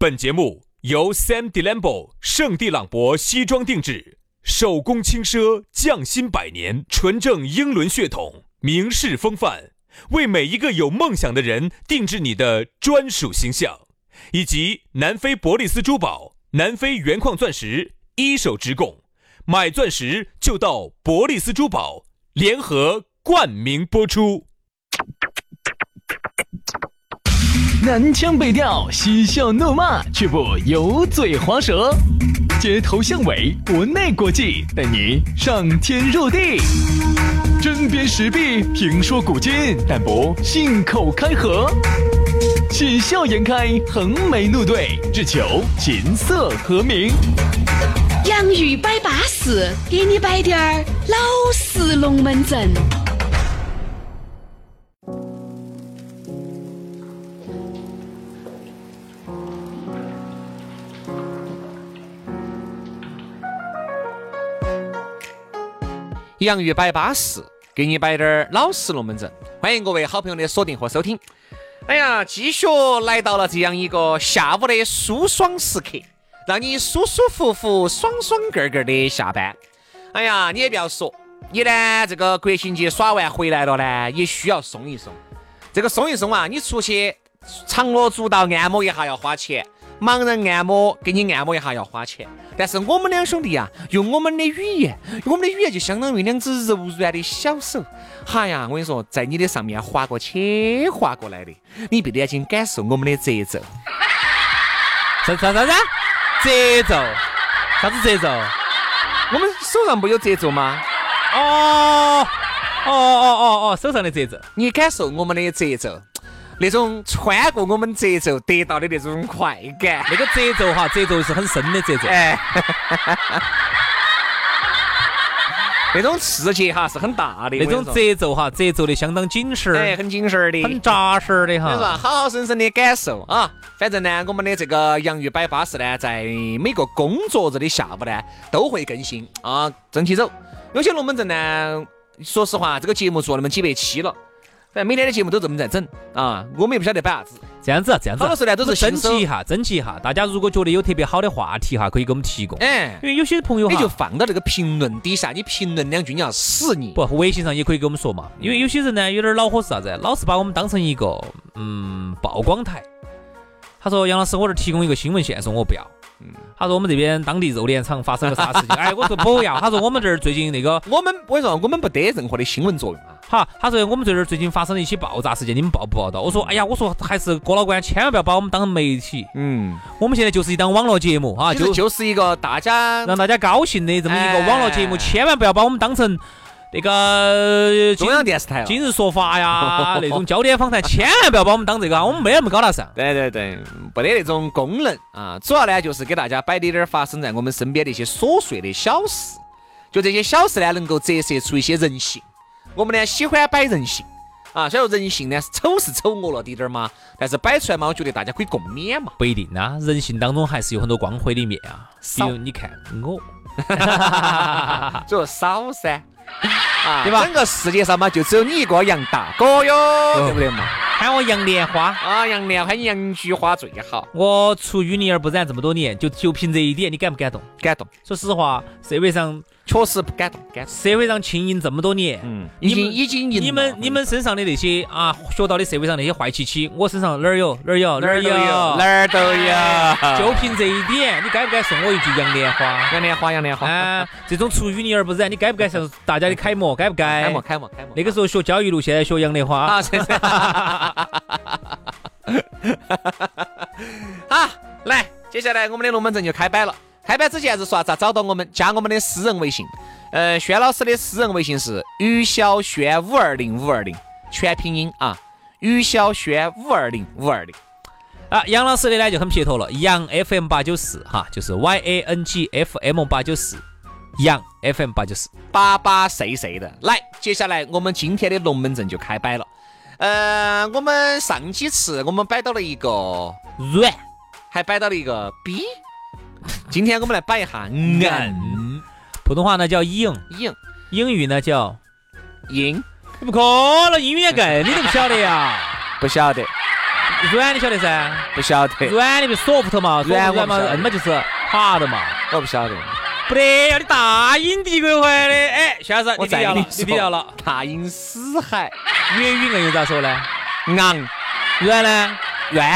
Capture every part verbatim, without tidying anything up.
本节目由 Sam Delambo 圣地朗博西装定制，手工轻奢，匠心百年，纯正英伦血统，名士风范，为每一个有梦想的人定制你的专属形象。以及南非伯利斯珠宝、南非原矿钻石一手直供，买钻石就到伯利斯珠宝，联合冠名播出。 南腔北调，嬉笑怒骂，却不油嘴滑舌，街头巷尾，国内国际，带你上天入地，针砭时弊，评说古今，但不信口开河，喜笑颜开，横眉怒对，只求琴瑟和鸣。 洋芋摆巴士，给你摆点儿老式龙门阵。 洋芋摆巴士，给你摆点儿老实龙门阵。欢迎各位好朋友的锁定和收听。哎呀，继续来到了这样一个下午的舒爽时刻，让你舒舒服服、爽爽个个的下班。哎呀，你也不要说，你呢这个国庆节耍完回来了呢，也需要松一松。这个松一松啊，你出去长乐足道按摩一下要花钱，盲人按摩给你按摩一下要花钱。但是我们两兄弟啊，用我们的语言，我们的语言就相当于两只柔软的小手。哈呀，我跟你说，在你的上面划过去划过来的，你闭着眼睛感受我们的节奏。 啥啥啥啥？节奏？啥子节奏？ 我们手上不有节奏吗？ 哦哦哦哦哦，手上的节奏， 你感受我们的节奏。那种穿过我们节奏得到的那种快感， 那个节奏哈，节奏是很深的节奏，哎， 那种刺激哈是很大的， 那种节奏哈，节奏的相当紧实， 哎，很紧实的， 很扎实的哈， 是吧？好好生生的感受啊！反正呢，我们的这个洋芋摆巴士呢，在每个工作日的下午呢，都会更新啊，整体走。有些龙门阵呢，说实话，这个节目做那么几百期了。但每天的节目都这么在整啊，我们也不晓得摆啥子。 这样子啊，这样子、啊， 好多时候呢都是征集一下，征集一下。大家如果觉得有特别好的话题哈，可以给我们提供。 哎， 因为有些朋友哈， 你就放到这个评论底下，你评论两句，你要死你。 不，微信上也可以给我们说嘛。因为有些人呢，有点恼火是啥子？老是把我们当成一个嗯曝光台。他说：“杨老师，我这提供一个新闻线索，我不要。”他说我们这边当地肉联厂发生了啥事情？哎，我说不要。他说我们这儿最近那个， 我们我跟你说，我们不得任何的新闻作用啊。 好，他说我们这儿最近发生了一起爆炸事件，你们报不报道？我说哎呀，我说还是郭老官千万不要把我们当媒体。嗯，我们现在就是一档网络节目啊， 就就是一个大家让大家高兴的这么一个网络节目，哎、千万不要把我们当成。那个中央电视台、 今日说法呀，那种焦点访谈，千万不要把我们当这个，我们没那么高大上。 对对对，不得那种功能啊，主要呢就是给大家摆的点发生在我们身边的一些琐碎的小事，就这些小事呢，能够折射出一些人性。我们呢喜欢摆人性啊，虽然人性呢是丑是丑恶了滴点嘛，但是摆出来嘛，我觉得大家可以共勉嘛。 不一定啊，人性当中还是有很多光辉的一面啊。比如你看我， 就少噻。啊，对吧？整个世界上嘛，就只有你一个杨大哥哟，哦、对不对嘛？ 喊我杨莲花啊，杨莲花，杨菊花最好。 我出淤泥而不染这么多年，就就凭这一点，你感不感动？ 感动。 说实话，社会上确实不感动，感动。 社会上经营这么多年， 嗯，已经已经赢了。 你们你们身上的那些啊，学到的社会上那些坏气气，我身上哪儿有哪儿有哪儿有哪儿都有。 就凭这一点，你该不该送我一句杨莲花？ 杨莲花，杨莲花啊！这种出淤泥而不染，你该不该向大家的楷模？该不该？ 楷模，楷模，楷模。 那个时候学教育路，现在学杨莲花啊！ 好，来，接下来我们的龙门阵就开摆了。开摆之前是说咋找到我们？加我们的私人微信。呃，轩老师的私人微信是于小轩五二零五二零，全拼音啊，于小轩五二零五二零。 啊，杨老师的呢就很撇脱了，杨 F M 八九四哈，就是 Y A N G F M 八九四，杨 F M 八九四， 巴巴碎碎的。来，接下来我们今天的龙门阵就开摆了。呃，我们上几次我们摆到了一个软， 还摆到了一个逼。今天我们来摆一下硬， 普通话呢叫硬， 硬， 英语呢叫硬。 不可能，英语也梗，你都不晓得呀？ 不晓得。 软你晓得噻？ 不晓得。 软的不 soft 嘛， 软软嘛，硬嘛就是滑的嘛。 我不晓得。 不得，要你大英帝国回来的，哎，下次我再跟你你低调了。 大英死海。 粤语硬又咋说呢？ 硬。 软呢？ 软。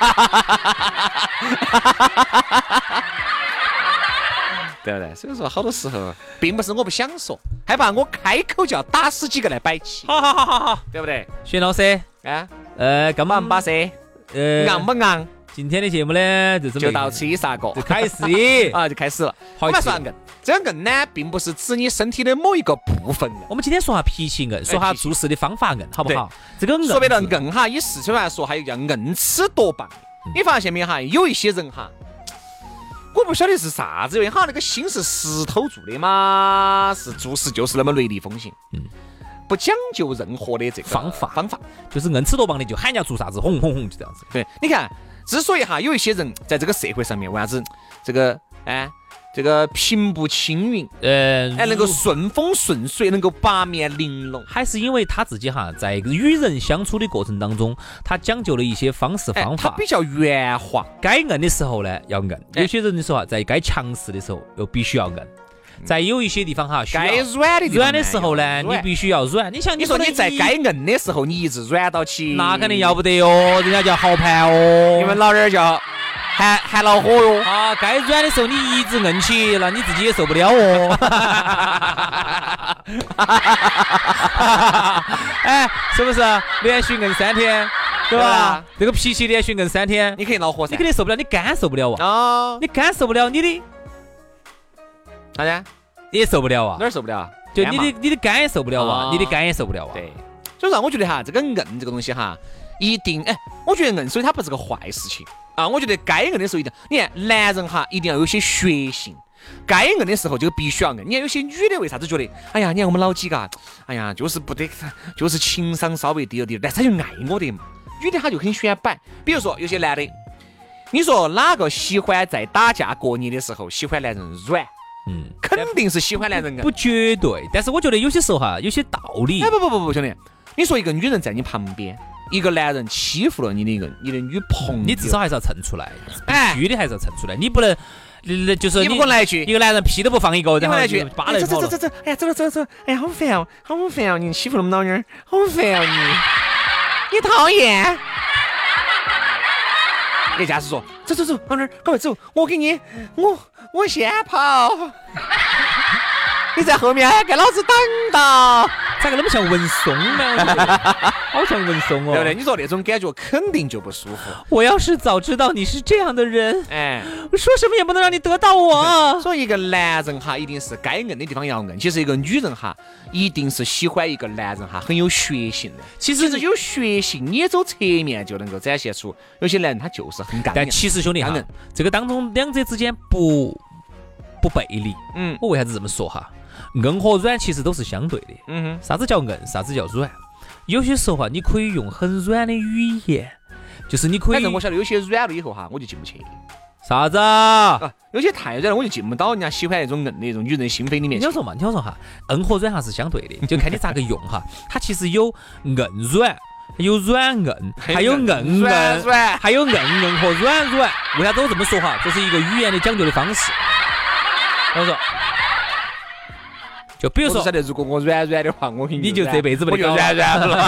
对不对？所以说好多时候并不是我不想说，害怕我开口就要打死几个来摆起。 好好好好好， 对不对？ 徐老师， 啊， 呃，干嘛不巴适？ 呃， 硬不硬？ 今天的节目呢，就这么就到此一杀过， 就开始啊，就开始了。 好， 我们说硬，这个硬呢，并不是指你身体的某一个部分硬。 我们今天说下脾气硬，说下做事的方法硬，好不好？这个硬， 说白了硬哈，以四川来说，还有叫硬吃夺棒。你发现没有哈？有一些人哈，我不晓得是啥子原因哈，那个心是石头做的嘛，是做事就是那么雷厉风行，嗯，不讲究任何的这个方法方法， 就是硬吃夺棒的，就喊人家做啥子，轰轰轰，就这样子。 对，你看。之所以哈有一些人在这个社会上面为啥子这个哎这个平步青云， 呃哎能够顺风顺水，能够八面玲珑， 还是因为他自己哈在与人相处的过程当中，他讲究了一些方式方法， 他比较圆滑， 该硬的时候呢要硬，有些人说哈在该强势的时候又必须要硬。在有一些地方哈， 该软的软的时候呢，你必须要软。你想， 你说你在该硬的时候，你一直软到起， 那肯定要不得哟，人家叫豪盘哦， 你们老人叫喊喊恼火哟。 啊，该软的时候你一直硬起，那你自己也受不了哦。哎，是不是连续硬三天，对吧？这个脾气连续硬三天， 你可以恼火噻， 你肯定受不了，你感受不了啊。 啊， 你感受不了你的。 啥子？ 你也受不了啊？ 哪儿受不了？ 就你的你的肝也受不了啊， 啊你的肝也受不了啊。 对，所以说我觉得哈，这个硬这个东西哈，一定哎，我觉得硬，所以它不是个坏事情啊。我觉得该硬的时候一定，你看男人哈，一定要有些血性，该硬的时候就必须要硬。你看有些女的为啥子觉得，哎呀，你看我们老几个，哎呀，就是不得，就是情商稍微低了点，但是他就爱我的嘛。女的她就很喜欢摆，比如说有些男的，你说哪个喜欢在打架过年的时候喜欢男人软？嗯，肯定是喜欢男人硬， 不绝对，但是我觉得有些时候哈，有些道理。 哎，不不不不，兄弟，你说一个女人在你旁边，一个男人欺负了你的一个你的女朋友， 你至少还是要称出来，哎，虚的还是要称出来，你不能，就是你不来一句， 一个男人屁都不放一个，然后来一句， 扒来走走走走，哎呀，走了走了走，哎呀，好烦哦，好烦哦，你欺负那么老妞，好烦哦你，你讨厌。人家是说，走走走，老妞，赶快走，我给你，我我先跑。你在后面给老子等到， 咋个那么像文松呢？好像文松哦， 对不对？你说那种感觉肯定就不舒服。 我要是早知道你是这样的人， 哎， 我说什么也不能让你得到我。 所以一个男人哈，一定是该硬的地方要硬。其实一个女人哈，一定是喜欢一个男人哈，很有血性的。其实有血性，你也走侧面就能够展现出有些男人他就是很刚硬。 但其实兄弟哈，这个当中两者之间不不背离。嗯，我为啥子这么说哈？硬和软其实都是相对的。嗯哼，啥子叫硬，啥子叫软？有些时候啊，你可以用很软的语言，就是你可以。 反正我晓得有些软了以后哈，我就进不去。 啥子啊？ 有些太软了，我就进不到人家喜欢那种硬的那种女人心扉里面。 你要说嘛，你要说哈，硬和软哈是相对的，就看你咋个用哈。它其实有硬软，有软硬，还有硬硬，还有硬硬和软软。为啥都这么说哈？这是一个语言的讲究的方式。我说。就比如说， 晓得如果我软软的话，我给你就这辈子不得搞软软了，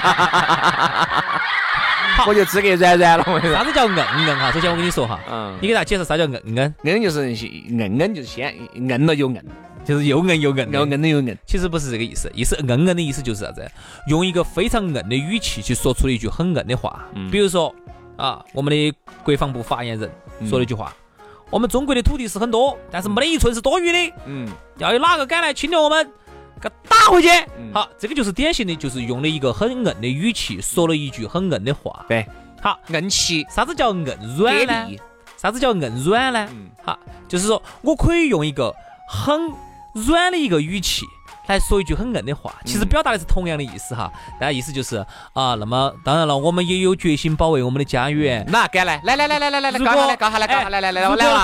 我就资格软软了。 啥子叫硬硬哈？首先我跟你说哈，嗯，你给大家介绍啥叫硬硬？ 硬就是硬硬就是先硬了又硬， 就是又硬又硬， 又硬的又硬。 其实不是这个意思，意思硬硬的意思就是啥子？用一个非常硬的语气去说出了一句很硬的话。嗯，比如说啊，我们的国防部发言人说了一句话。我们中国的土地是很多，但是没得一寸是多余的。嗯，要有哪个敢来侵略我们，给打回去。嗯、好，这个就是典型的，就是用了一个很硬的语气，说了一句很硬的话。 对， 好， 硬气。 啥子叫硬软呢？啥子叫硬软呢？嗯、好，就是说我可以用一个很软的一个语气来说一句很硬的话，其实表达的是同样的意思哈，但意思就是啊，那么当然了，我们也有决心保卫我们的家园。 那敢来，来来来来来来来，搞下来，搞下来，搞下来，来来来，我来了。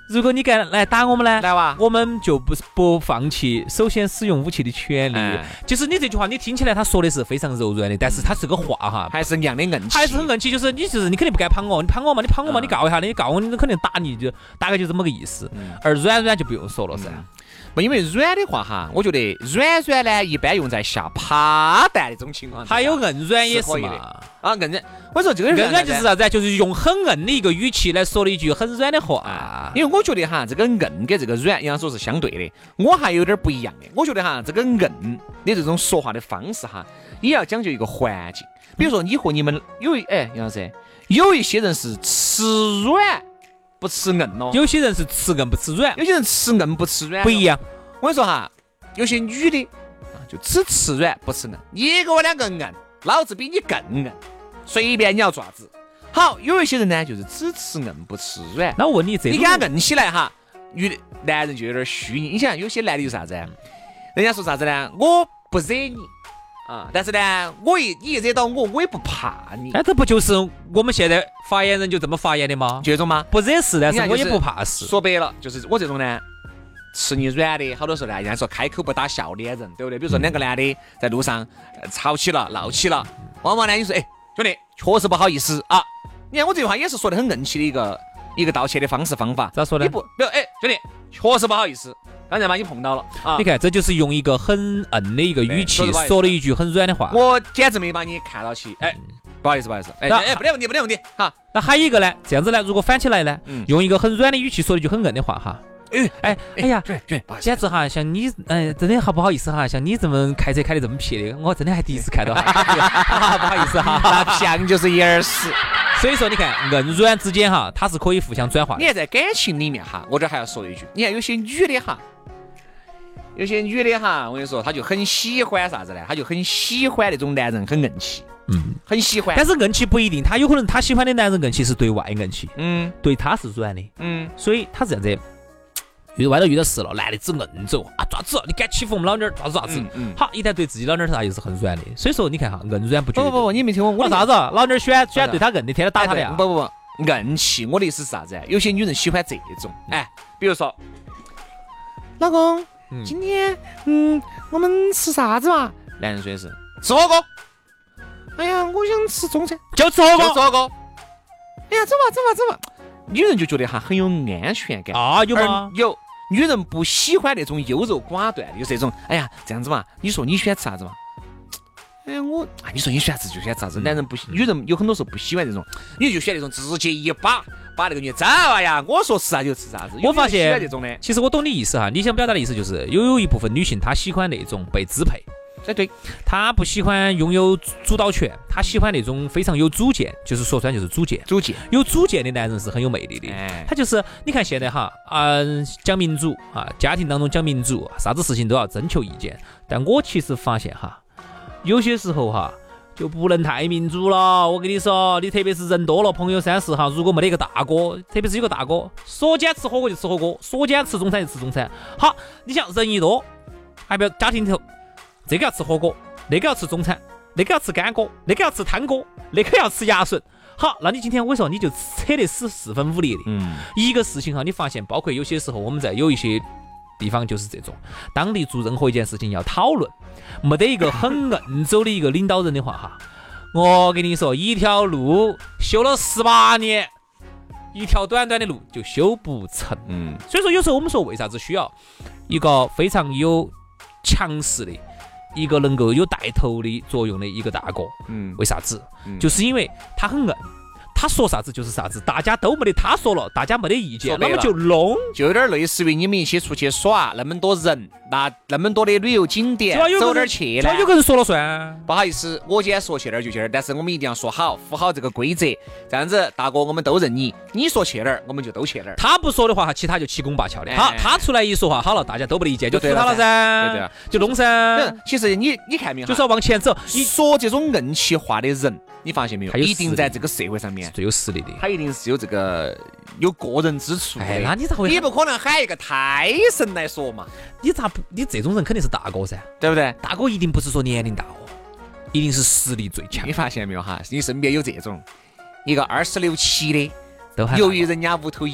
如果你敢来打我们呢， 来哇， 我们就不不放弃首先使用武器的权利。 哎就是你这句话，你听起来他说的是非常柔软的，但是他是个话哈， 还是娘的硬气， 还是很硬气。就是你就是你肯定不该攀我，你攀我嘛，你攀我嘛， 嗯你告一下，你告我，你肯定打你，就大概就这么个意思。 嗯而软软就不用说了噻。 不，因为软的话哈，我觉得软软呢，一般用在下趴蛋的这种情况。 还有硬软也是可以的嘛。 啊，硬软，我说这个硬软软就是啥子？就是用很硬的一个语气来说了一句很软的话。 因为我觉得哈，这个硬跟这个软，杨说是相对的。我还有点不一样的，我觉得哈，这个硬的这种说话的方式哈，也要讲究一个环境。比如说，你和你们有一哎，杨老师，有一些人是吃软不吃硬哦， 有些人是吃硬不吃软， 有些人吃硬不吃软， 不一样。 我跟你说哈，有些女的啊，就只吃软不吃硬，你给我两个硬，老子比你更硬，随便你要做啥子。好，有一些人呢，就是只吃硬不吃软。 那我问你，这你给他硬起来哈，女的男人就有点虚拟。你想，有些男的有啥子？人家说啥子呢？我不惹你啊，但是呢，我一你一惹到我，我也不怕你。 那这不就是我们现在发言人就这么发言的吗？ 就这种吗？ 不惹事，但是我也你看就是不怕事。 说白了，就是我这种呢，吃你软的，好多时候呢，人家说开口不打笑脸人，对不对？比如说两个男的在路上呃吵起了、闹起了，往往呢，你说，哎，兄弟，确实不好意思啊。你看我这句话也是说的很硬气的一个一个道歉的方式方法。 咋说呢？ 你不，比如，哎，兄弟，确实不好意思，刚才把你碰到了啊。 你看，这就是用一个很硬的一个语气说了一句很软的话。 我简直没把你看到起，哎，不好意思，不好意思，哎那哎，不得问题，不得问题，哈。 那还有一个呢，这样子呢，如果反起来呢， 嗯用一个很软的语气说了一句很硬的话哈。 哎哎哎呀， 对对，不好意思， 简直哈，像你，哎，真的好不好意思哈，像你这么开车开的这么撇的，我真的还第一次看到哈，不好意思哈， 那像就是一耳屎。 所以说，你看硬软之间哈，它是可以互相转化的。 你看在感情里面哈，我这还要说一句，你看有些女的哈，有些女的哈，我跟你说，她就很喜欢啥子呢？她就很喜欢那种男人很硬气， 嗯， 很喜欢。 但是硬气不一定，他有可能他喜欢的男人硬气是对外硬气， 嗯对他是软的， 嗯， 所以他是这样子。遇外头遇到事了，男的只硬走啊，爪子，你敢欺负我们老娘儿，爪子爪子。 嗯嗯好，一旦对自己老娘儿啥又是很软的，所以说你看哈，硬软不绝对。 不不不，你没听我我我啥子？老娘儿喜欢喜欢对他硬的，天天打他的呀。 不不不，硬气，我的意思是啥子？有些女人喜欢这种，哎，比如说，老公，今天嗯，我们吃啥子嘛？男人说的是吃火锅。哎呀，我想吃中餐， 就吃火锅， 就吃火锅。哎呀，走吧走吧走吧。女人就觉得哈很有安全感啊，有吗？ 有。女人不喜欢那种优柔寡断的，就是这种，哎呀，这样子嘛，你说你喜欢吃啥子嘛？哎呀，我，啊，你说你喜欢吃就喜欢吃啥子？男人不喜，女人有很多时候不喜欢这种，你就喜欢那种直接一把把那个女人走啊呀，我说吃啥就吃啥子。 我发现喜欢这种的， 其实我懂你意思哈，你想表达的意思就是有有一部分女性她喜欢那种被支配。 哎对， 她不喜欢拥有主导权，她喜欢那种非常有主见，就是说穿就是主见。 主见， 有主见的男人是很有魅力的。 哎， 他就是你看现在哈，嗯、讲民主啊，家庭当中讲民主，啥子事情都要征求意见。但我其实发现哈，有些时候哈就不能太民主了。我跟你说，你特别是人多了，朋友三四哈，如果没得一个大哥，特别是有个大哥，说今天吃火锅就吃火锅，说今天吃中餐就吃中餐。好，你想人一多，还不要家庭头。这个要吃火锅，那个要吃中餐，那个要吃干锅，那个要吃汤锅，那个要吃鸭笋。好，那你今天我说你就扯得死四分五裂的。 嗯， 一个事情哈，你发现包括有些时候我们在有一些地方就是这种，当你做任何一件事情要讨论，没得一个很硬走的一个领导人的话哈，我跟你说，一条路修了十八年，一条短短的路就修不成。 嗯， 所以说有时候我们说为啥子需要一个非常有强势的一个能够有带头的作用的一个大哥， 嗯， 为啥子？ 嗯就是因为他很硬，他说啥子就是啥子，大家都没得他说了，大家没得意见，那么就弄， 就有点类似于你们一起出去耍，那么多人，那那么多的旅游景点，走哪儿去呢？ 有个人说了算。 不好意思，我今天说去哪儿就去哪儿，但是我们一定要说好，符好这个规则，这样子大哥我们都认你，你说去哪儿我们就都去哪儿。 他不说的话，其他就七拱八翘的。好， 哎他出来一说话，好了，大家都没得意见，就服他了噻， 对对啊， 就弄噻。 其实你你看没有， 就是要往前走。 你说这种硬气话的人，你发现没有？ 他有一定在这个社会上面最有实力的， 他一定是有这个有过人之处的。 哎，那你咋会？ 你不可能喊一个胎神来说嘛？ 你咋不？你这种人肯定是大哥噻， 对不对？ 大哥一定不是说年龄大哦，一定是实力最强。 你发现没有哈？你身边有这种一个二十六七的， 都还由于人家屋头有，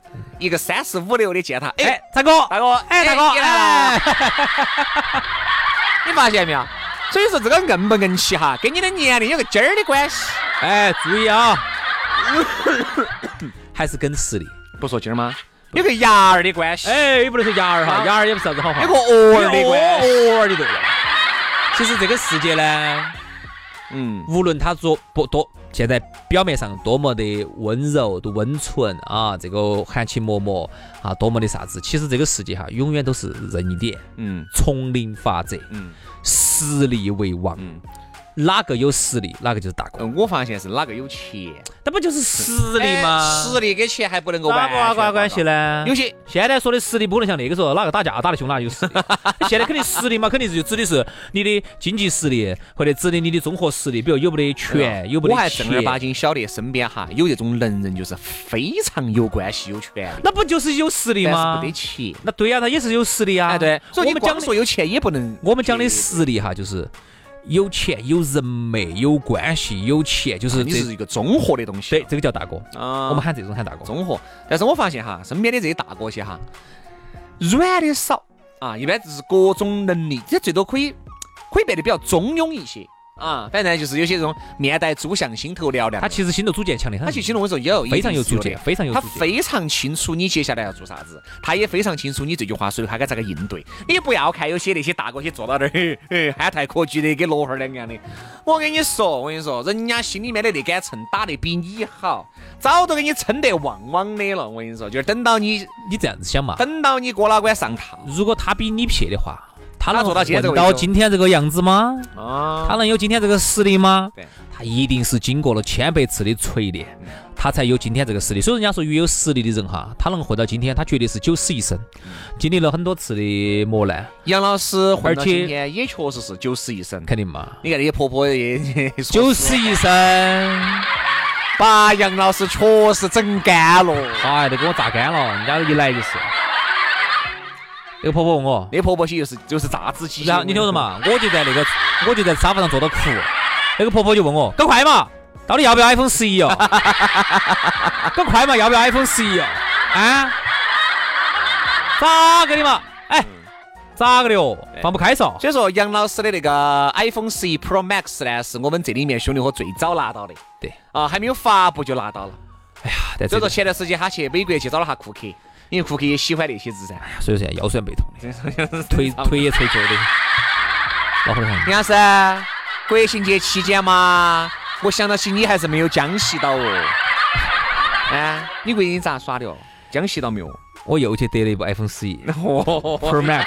一个三十五六的见他， 哎，大哥， 大哥， 哎，大哥， 哎，你发现没有？所以说这个硬不硬气哈，跟你的年龄有个尖儿的关系。 哎，注意啊，还是跟实力， 不说尖儿吗？有个牙儿的关系。 哎，也不能说牙儿哈，牙儿也不是啥子好话。 有个鹅儿的关系， 鹅儿的对了。其实这个世界呢，嗯，无论他做不多，现在表面上多么的温柔、的温存啊，这个含情脉脉啊，多么的啥子，其实这个世界哈，永远都是任一点，嗯，丛林法则，嗯，实力为王，嗯。哪个有实力，哪个就是大哥。 我发现是哪个有钱， 那不就是实力吗？ 哎、实力跟钱还不能够完全挂挂关系呢？ 有些现在说的实力不能像那个时候哪个打架打得凶哪有实力。现在肯定实力嘛，肯定是就指的是你的经济实力，或者指的你的综合实力，比如有没得权，有没得钱。 我还正儿八经晓得身边哈有这种能人，就是非常有关系、有权力。 那不就是有实力吗？ 但是不得钱。 那对呀、啊，他也是有实力啊。 哎，对。所以我们讲说有钱也不能。 我们讲的实力哈，就是。有钱有人脉有关系有钱，就是这是一个综合的东西。 对，这个叫大哥啊，我们喊这种喊大哥。 综合，但是我发现哈，身边的这些大哥些哈，软的少啊，一般就是各种能力，这最多可以可以变得比较中庸一些啊。反正就是有些这种面带猪相心头嘹亮， 他其实心头主见强的很。 他其实心头我说有非常有主见，非常有主见。 他非常清楚你接下来要做啥子，他也非常清楚你这句话随后他该咋个应对。你不要看有些那些大哥些坐到那儿，嘿，憨态可掬的，跟罗汉儿两样的。我跟你说，我跟你说，人家心里面的那杆秤打得比你好，早都给你称得旺旺的了。我跟你说，就是等到你你这样子想嘛， 等到你过老关上套。 如果他比你撇的话。他能做到今天到今天这个样子吗？ 啊， 他能有今天这个实力吗？ 对， 他一定是经过了千百次的锤炼，他才有今天这个实力。所以人家说越有实力的人哈，他能混到今天，他绝对是九死一生，经历了很多次的磨难。 杨老师混到今天也确实是九死一生， 肯定嘛？ 你看那些婆婆也九死一生， 把杨老师确实整干了， 哎，都给我榨干了，人家一来就是。那个婆婆问我， 那婆婆些就是就是榨汁机。 然后你听我说嘛，我就在那个我就在沙发上坐到哭，那个婆婆就问我，赶快嘛，到底要不要 iPhone 十一哦？赶快嘛，要不要 iPhone 十一哦？啊？咋个的嘛？哎，咋个的哦？放不开嗦。 所以说杨老师的那个 iPhone 十一 Pro Max 呢，是我们这里面兄弟伙最早拿到的。 对啊，还没有发布就拿到了。 哎呀， 所以说前段时间他去美国去找了下库克。因为库克也喜欢那些字噻，哎呀，所以说现在腰酸背痛的，腿腿也捶皱的。老婆杨老师，国庆节期间嘛，我想到起你还是没有江西到哦。啊，你国庆咋耍的哦？江西到没有？ 我又去得了一部 iPhone 十一 Pro Max。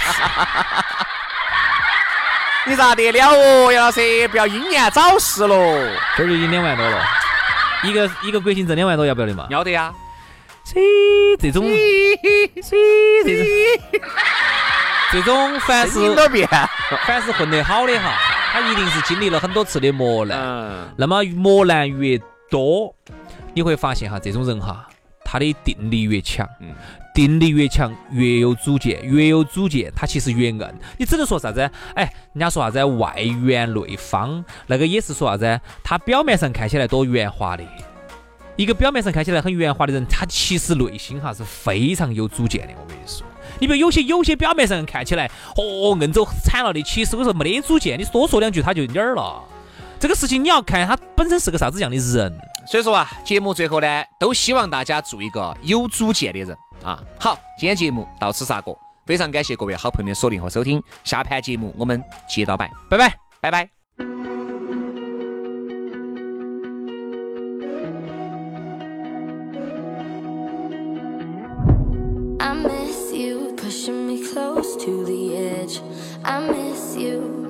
你咋得了哦，杨老师？不要英年早逝喽。 这就已经两万多了，一个一个国庆挣两万多，要不要的嘛？ 要的呀。 这种，这种，这种凡是凡是混得好的哈，他一定是经历了很多次的磨难。嗯、那么磨难越多，你会发现哈，这种人哈，他的定力越强。嗯、定力越强，越有主见，越有主见，他其实越硬。你只能说啥子？哎，人家说啥子？外圆内方，那个也是说啥子？他表面上看起来多圆滑的。一个表面上看起来很圆滑的人，他其实内心哈是非常有主见的。我跟你说，你比如有些有些表面上看起来哦硬走惨了的，其实我说没得主见，你多说两句他就蔫儿了。这个事情你要看他本身是个啥子样的人。 所以说啊，节目最后呢，都希望大家做一个有主见的人啊。好，今天节目到此煞过，非常感谢各位好朋友的锁定和收听，下盘节目我们接到拜， 拜拜， 拜拜。 I miss you, pushing me close to the edge. I miss you.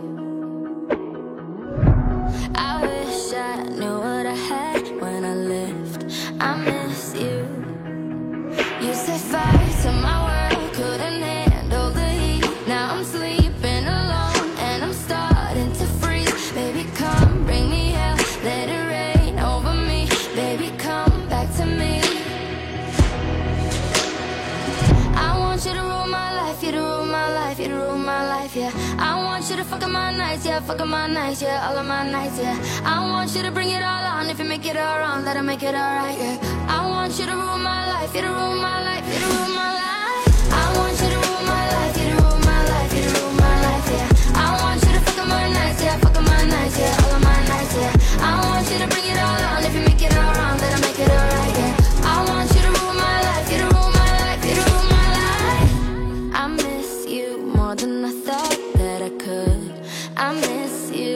I wish I knew what I had when I left. I miss you. You set fire to my world, couldn't handle the heat. Now I'm sleeping alone and I'm starting to freeze. Baby, come bring me hell, let it rain over me. Baby, come back to me. I want you to rule my life, you to rule my life, you to rule my life, yeah. I want you to fuck up my nights, yeah, fuck up my nights, yeah, all of my nights, yeah. I want you to bring it all on, if you make it all wrong, let it make it all right, yeah. I want you to rule my life, you to rule my life, you to rule my life. I want you to rule my life, you to rule my life, you to rule my life, yeah. I want you to fuck up my nights, yeah, fuck up my nights, yeah, all of my nights, yeah. I want you to bring it all on. If you make it all wrong, then I make it all right, yeah. I want you to rule my life, you to rule my life, you to rule my life. I miss you more than I thought that I could. I miss you.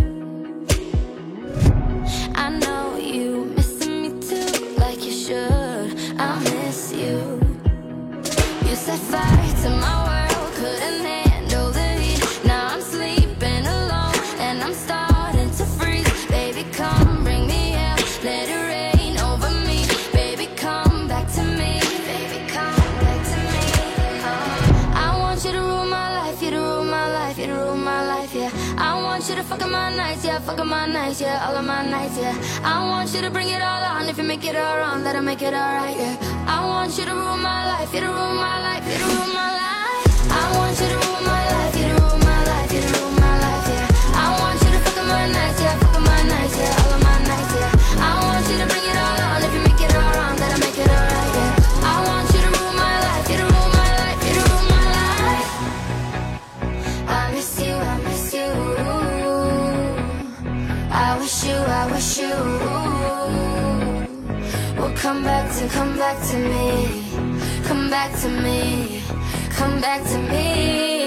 I know you missing me too, like you should. I miss you. You set fire to my world, couldn't handle the heat. Now I'm sleeping alone and I'm starting to freeze. Baby, come bring me out, let it rain over me. Baby, come back to me. Baby, come back to me. Oh. I want you to rule my life, you to rule my life, you to rule my life, yeah. I want you to fuck up my nights, yeah, fuck up my nights, yeah, all of my nights, yeah. I want you to bring it all on. If you make it all wrong, then I make it all right, yeah. I want you to rule my life, you to rule my life, you to rule my life. I want you to rule my life, you to rule my life, you to rule my life, yeah. I want you to fuck up my nights, yeah, fuck up my nights, yeah, all of my nights, yeah. I want you to bring it all on. If you make it all wrong, then I make it all right, yeah. I want you to rule my life, you to rule my life, you to rule my life. I miss you, I miss you. I wish you, I wish you will come back to, come back to me, come back to me, come back to me.